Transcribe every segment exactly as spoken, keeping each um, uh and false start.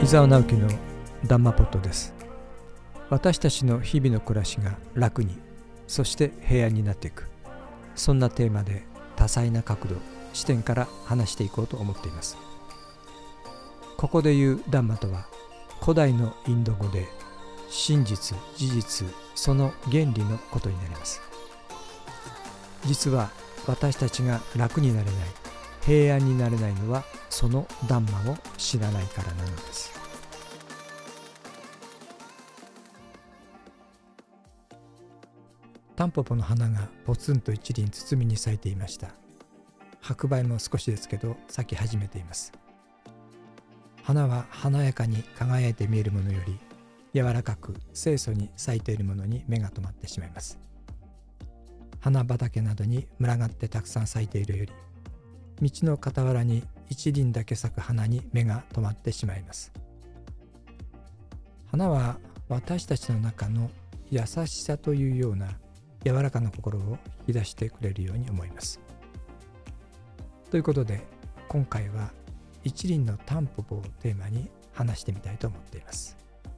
伊沢直樹のダンマポットです。私たちの日々の暮らしが楽に、そして平安になっていく、そんなテーマで多彩な角度、視点から話していこうと思っています。ここで言うダンマとは、古代のインド語で真実、事実、その原理のことになります。実は私たちが楽になれない、平安になれないのはそのダンマを知らないからなのです。タンポポの花がポツンと一輪包みに咲いていました。白梅も少しですけど咲き始めています。花は華やかに輝いて見えるものより柔らかく清楚に咲いているものに目が留まってしまいます。花畑などに群がってたくさん咲いているより、道の傍らに一輪だけ咲く花に目が留まってしまいます。花は私たちの中の優しさというような柔らかな心を引き出してくれるように思います。ということで、今回は一輪のタンポポをテーマに話してみたいと思っています。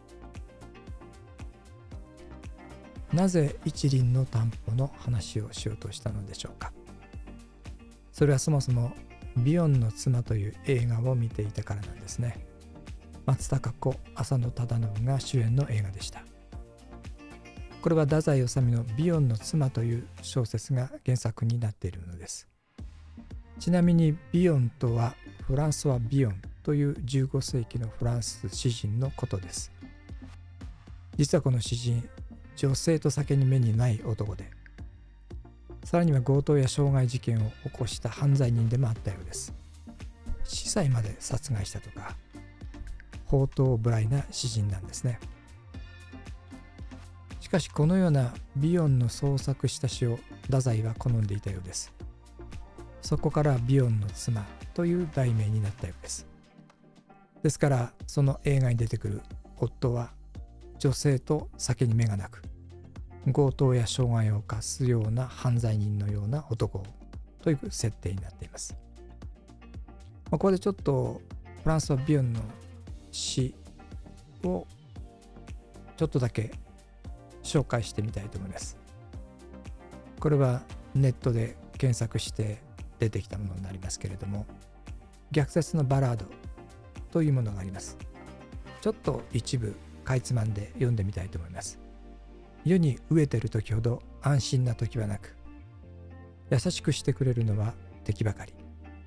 なぜ一輪のタンポポの話をしようとしたのでしょうか。それはそもそもビヨンの妻という映画を見ていたからなんですね。松たか子、浅野忠信が主演の映画でした。これは太宰治のビヨンの妻という小説が原作になっているのです。ちなみにビヨンとはフランソワ・ビヨンというじゅうごせいきのフランス詩人のことです。実はこの詩人、女性と酒に目にない男で、さらには強盗や傷害事件を起こした犯罪人でもあったようです。司祭まで殺害したとか、放蕩無頼な詩人なんですね。しかしこのようなビヨンの創作した詩を太宰は好んでいたようです。そこからビヨンの妻という題名になったようです。ですからその映画に出てくる夫は女性と酒に目がなく、強盗や傷害を犯すような犯罪人のような男という設定になっています。ここでちょっとフランソワ・ビヨンの詩をちょっとだけ紹介してみたいと思います。これはネットで検索して出てきたものになりますけれども、逆説のバラードというものがあります。ちょっと一部かいつまんで読んでみたいと思います。世に飢えている時ほど安心な時はなく、優しくしてくれるのは敵ばかり。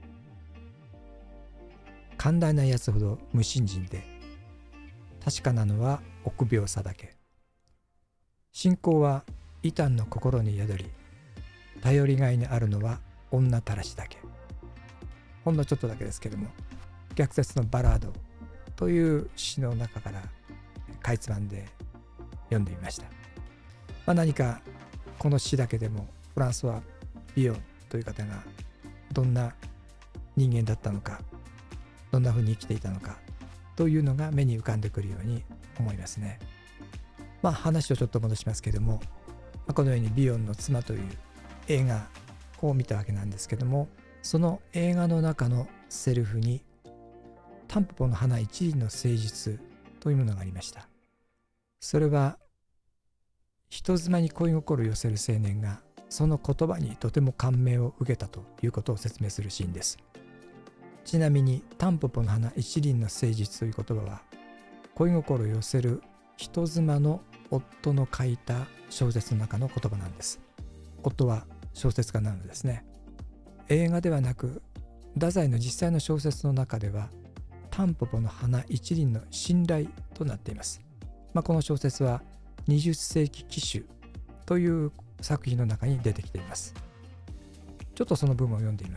寛大なやつほど無信心で、確かなのは臆病さだけ。信仰は異端の心に宿り、頼りがいにあるのは女たらしだけ。ほんのちょっとだけですけども、逆説のバラードという詩の中からかいつまんで読んでみました。まあ、何かこの詩だけでもフランソワ・ビヨンという方がどんな人間だったのか、どんなふうに生きていたのかというのが目に浮かんでくるように思いますね。まあ話をちょっと戻しますけれども、まあ、このようにビヨンの妻という映画を見たわけなんですけども、その映画の中のセリフにタンポポの花一輪の誠実というものがありました。それは人妻に恋心を寄せる青年がその言葉にとても感銘を受けたということを説明するシーンです。ちなみにタンポポの花一輪の誠実という言葉は、恋心を寄せる人妻の夫の書いた小説の中の言葉なんです。夫は小説家なのですね。映画ではなく太宰の実際の小説の中ではタンポポの花一輪の信頼となっています。まあ、この小説はにじゅっせいき奇襲という作品の中に出てきています。ちょっとその部分を読んでいます。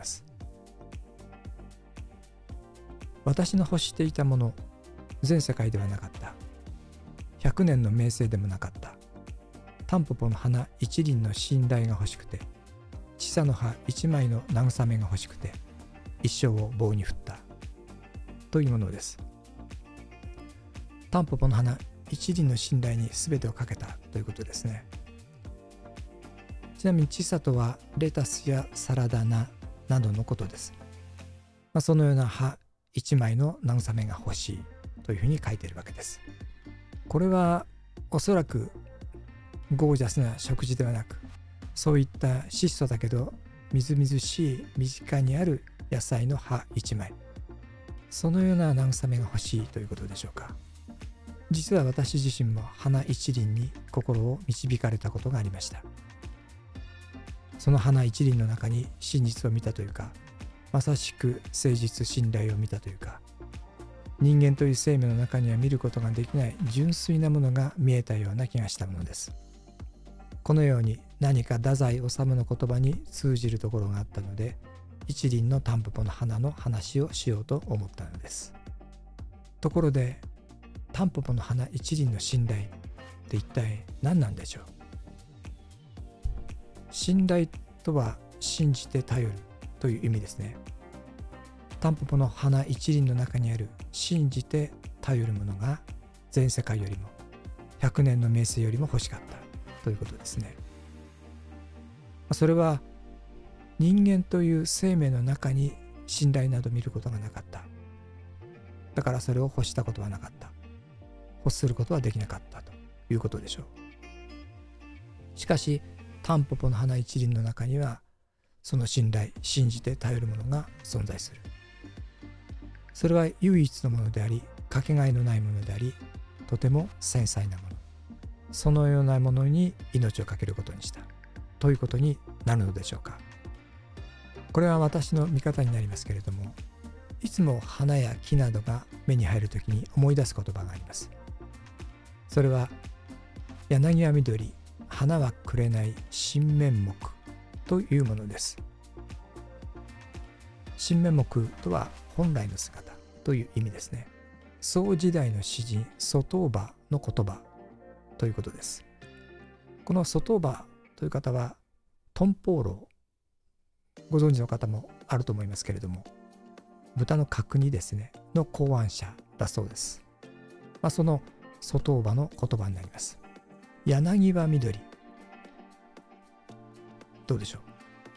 私の欲していたもの、全世界ではなかった。ひゃくねんの名声でもなかった。タンポポの花一輪の信頼が欲しくて、千佐の葉一枚の慰めが欲しくて、一生を棒に振ったというものです。タンポポの花一輪の信頼に全てをかけたということですね。ちなみに千佐とはレタスやサラダ菜などのことです。まあ、そのような葉一枚の慰めが欲しいというふうに書いているわけです。これはおそらくゴージャスな食事ではなく、そういった質素だけどみずみずしい身近にある野菜の葉一枚、そのような慰めが欲しいということでしょうか。実は私自身も花一輪に心を導かれたことがありました。その花一輪の中に真実を見たというか、まさしく誠実信頼を見たというか、人間という生命の中には見ることができない純粋なものが見えたような気がしたものです。このように何か太宰治の言葉に通じるところがあったので、一輪のタンポポの花の話をしようと思ったのです。ところで、タンポポの花一輪の信頼って一体何なんでしょう。信頼とは信じて頼るという意味ですね。タンポポの花一輪の中にある信じて頼るものが全世界よりもひゃくねんの名声よりも欲しかったということですね。それは人間という生命の中に信頼など見ることがなかった。だからそれを欲したことはなかった。欲することはできなかったということでしょう。しかしタンポポの花一輪の中にはその信頼、信じて頼るものが存在する。それは唯一のものであり、かけがえのないものであり、とても繊細なもの。そのようなものに命を懸けることにしたということになるのでしょうか。これは私の見方になりますけれども、いつも花や木などが目に入るときに思い出す言葉があります。それは柳は緑、花はくれない新面目というものです。新面目とは本来の姿という意味ですね。宋時代の詩人蘇東坡の言葉ということです。この蘇東坡という方は豚宝楼、ご存知の方もあると思いますけれども、豚の角煮ですねの考案者だそうです。まあ、その蘇東坡の言葉になります。柳は緑、どうでしょ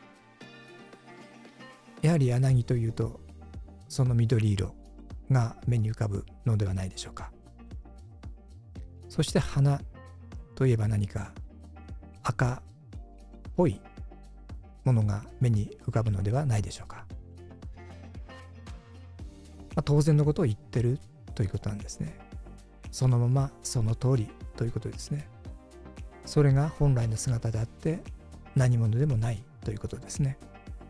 う。やはり柳というとその緑色が目に浮かぶのではないでしょうか。そして花といえば何か赤っぽいものが目に浮かぶのではないでしょうか。まあ、当然のことを言ってるということなんですね。そのままその通りということですね。それが本来の姿であって何者でもないということですね。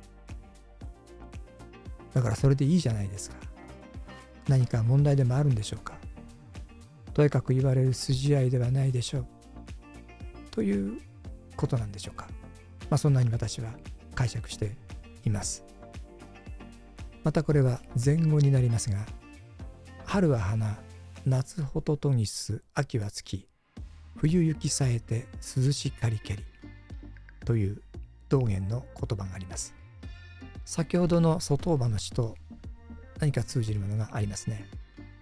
だからそれでいいじゃないですか。何か問題でもあるんでしょうか。とやかく言われる筋合いではないでしょうということなんでしょうか。まあそんなに私は解釈しています。またこれは前後になりますが、春は花、夏ホトトギス、秋は月、冬雪さえて涼しかりけりという道元の言葉があります。先ほどの蘇東坡の詩と何か通じるものがありますね。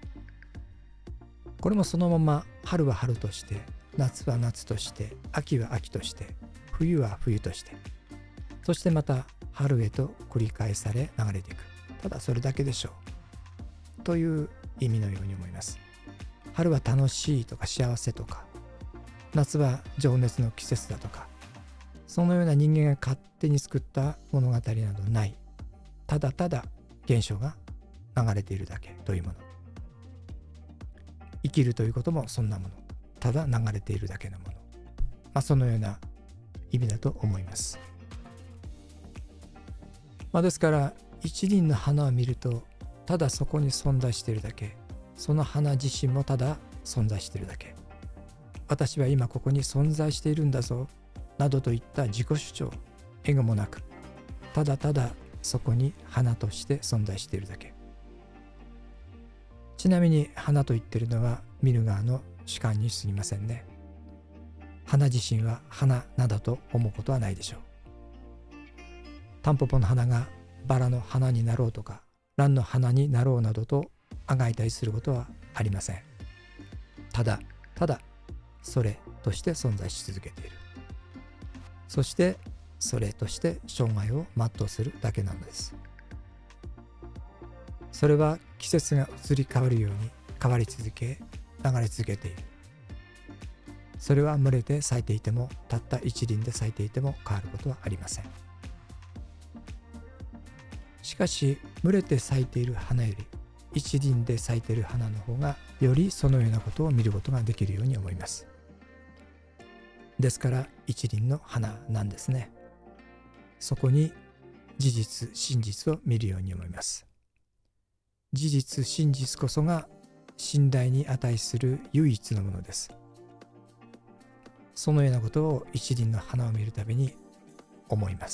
これもそのまま春は春として、夏は夏として、秋は秋として、冬は冬として、そしてまた春へと繰り返され流れていく。ただそれだけでしょうという意味のように思います。春は楽しいとか幸せとか、夏は情熱の季節だとか、そのような人間が勝手に作った物語などない。ただただ現象が流れているだけというもの。生きるということもそんなもの。ただ流れているだけのもの。まあそのような意味だと思います。まあ、ですから一輪の花を見るとただそこに存在しているだけ。その花自身もただ存在しているだけ。私は今ここに存在しているんだぞなどといった自己主張、エゴもなく、ただただそこに花として存在しているだけ。ちなみに花と言っているのは見る側の主観に過ぎませんね。花自身は花などと思うことはないでしょう。タンポポの花がバラの花になろうとか、蘭の花になろうなどとあがいたりすることはありません。ただただそれとして存在し続けている。そしてそれとして生涯を全うするだけなのです。それは季節が移り変わるように変わり続け流れ続けている。それは群れて咲いていても、たった一輪で咲いていても変わることはありません。しかし群れて咲いている花より一輪で咲いている花の方がよりそのようなことを見ることができるように思います。ですから一輪の花なんですね。そこに事実真実を見るように思います。事実真実こそが信頼に値する唯一のものです。そのようなことを一輪の花を見るたびに思います。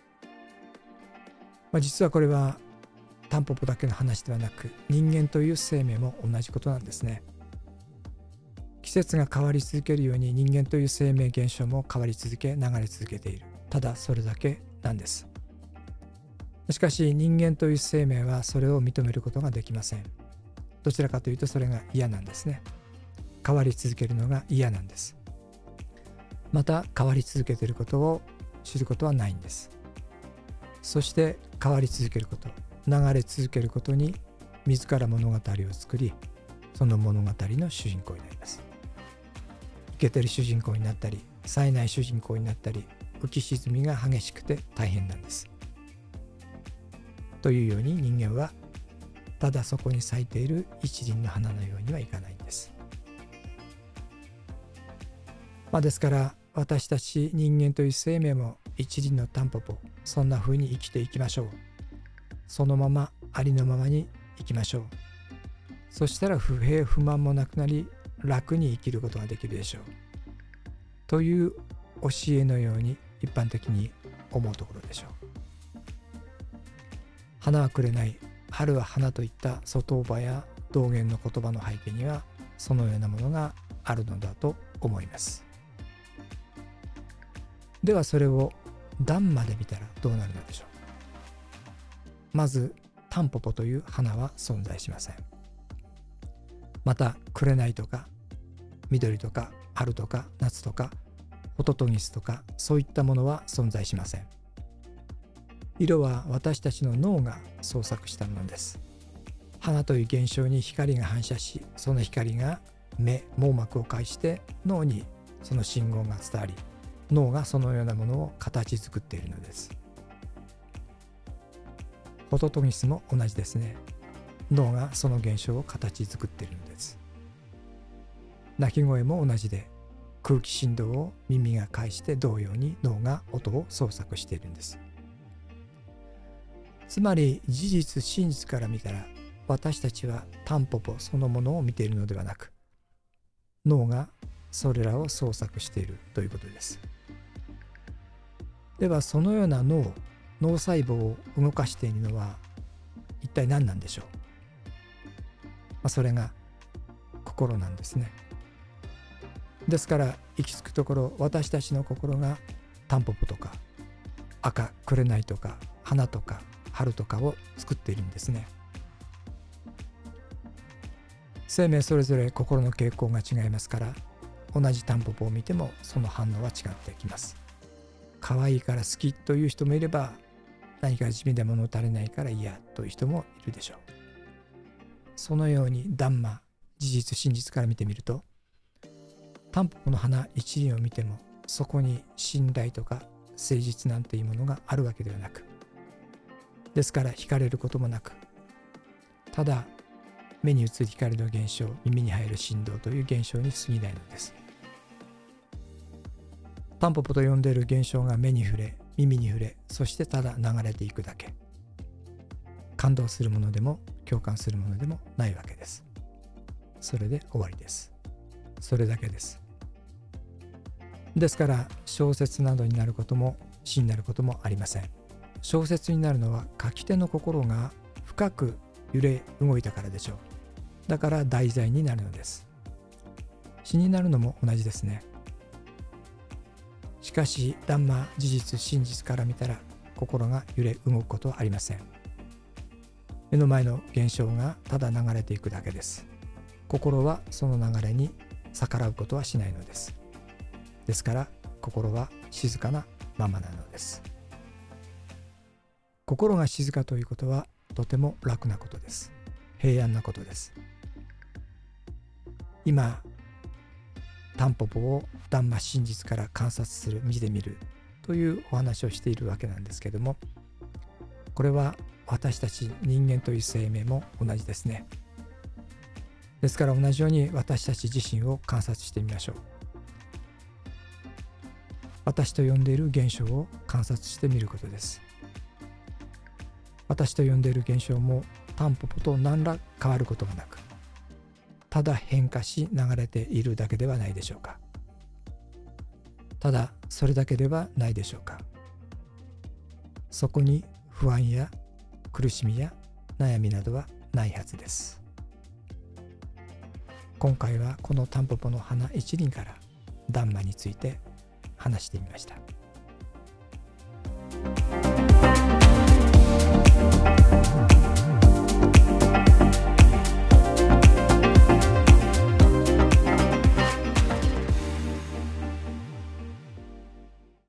まあ、実はこれはタンポポだけの話ではなく、人間という生命も同じことなんですね。季節が変わり続けるように人間という生命現象も変わり続け流れ続けている。ただそれだけなんです。しかし人間という生命はそれを認めることができません。どちらかというとそれが嫌なんですね。変わり続けるのが嫌なんです。また変わり続けていることを知ることはないんです。そして変わり続けること、流れ続けることに自ら物語を作り、その物語の主人公になります。イケてる主人公になったり、冴えない主人公になったり、浮き沈みが激しくて大変なんです。というように人間はただそこに咲いている一輪の花のようにはいかないんです。まあ、ですから私たち人間という生命も一輪のタンポポ、そんな風に生きていきましょう。そのままありのままに生きましょう。そしたら不平不満もなくなり、楽に生きることができるでしょう。という教えのように一般的に思うところでしょう。花はくれない、春は花といった外葉や道元の言葉の背景にはそのようなものがあるのだと思います。ではそれを段まで見たらどうなるのでしょう。まずタンポポという花は存在しません。また紅とか緑とか春とか夏とかホトトギスとかそういったものは存在しません。色は私たちの脳が創作したものです。花という現象に光が反射し、その光が目網膜を介して脳にその信号が伝わり、脳がそのようなものを形作っているのです。ホトトギスも同じですね。脳がその現象を形作っているのです。鳴き声も同じで、空気振動を耳が介して同様に脳が音を創作しているんです。つまり事実真実から見たら、私たちはタンポポそのものを見ているのではなく、脳がそれらを創作しているということです。ではそのような脳、脳細胞を動かしているのは一体何なんでしょう。まあ、それが心なんですね。ですから行き着くところ、私たちの心がタンポポとか赤、紅とか花とか春とかを作っているんですね。生命それぞれ心の傾向が違いますから、同じタンポポを見てもその反応は違ってきます。可愛いから好きという人もいれば、何か地味で物足りないから嫌という人もいるでしょう。そのようにダンマ、事実真実から見てみると、タンポポの花一輪を見てもそこに信頼とか誠実なんていうものがあるわけではなく、ですから惹かれることもなく、ただ目に映る光の現象、耳に入る振動という現象に過ぎないのです。タンポポと呼んでいる現象が目に触れ、耳に触れ、そしてただ流れていくだけ。感動するものでも共感するものでもないわけです。それで終わりです。それだけです。ですから小説などになることも詩になることもありません。小説になるのは書き手の心が深く揺れ動いたからでしょう。だから題材になるのです。詩になるのも同じですね。しかしダンマ、事実真実から見たら心が揺れ動くことはありません。目の前の現象がただ流れていくだけです。心はその流れに逆らうことはしないのです。ですから心は静かなままなのです。心が静かということはとても楽なことです。平安なことです。 今タンポポをダンマ真実から観察する、見てみるというお話をしているわけなんですけども、これは私たち人間という生命も同じですね。ですから同じように私たち自身を観察してみましょう。私と呼んでいる現象を観察してみることです。私と呼んでいる現象もタンポポと何ら変わることがなく、ただ変化し流れているだけではないでしょうか。ただそれだけではないでしょうか。そこに不安や苦しみや悩みなどはないはずです。今回はこのタンポポの花一輪からダンマについて話してみました。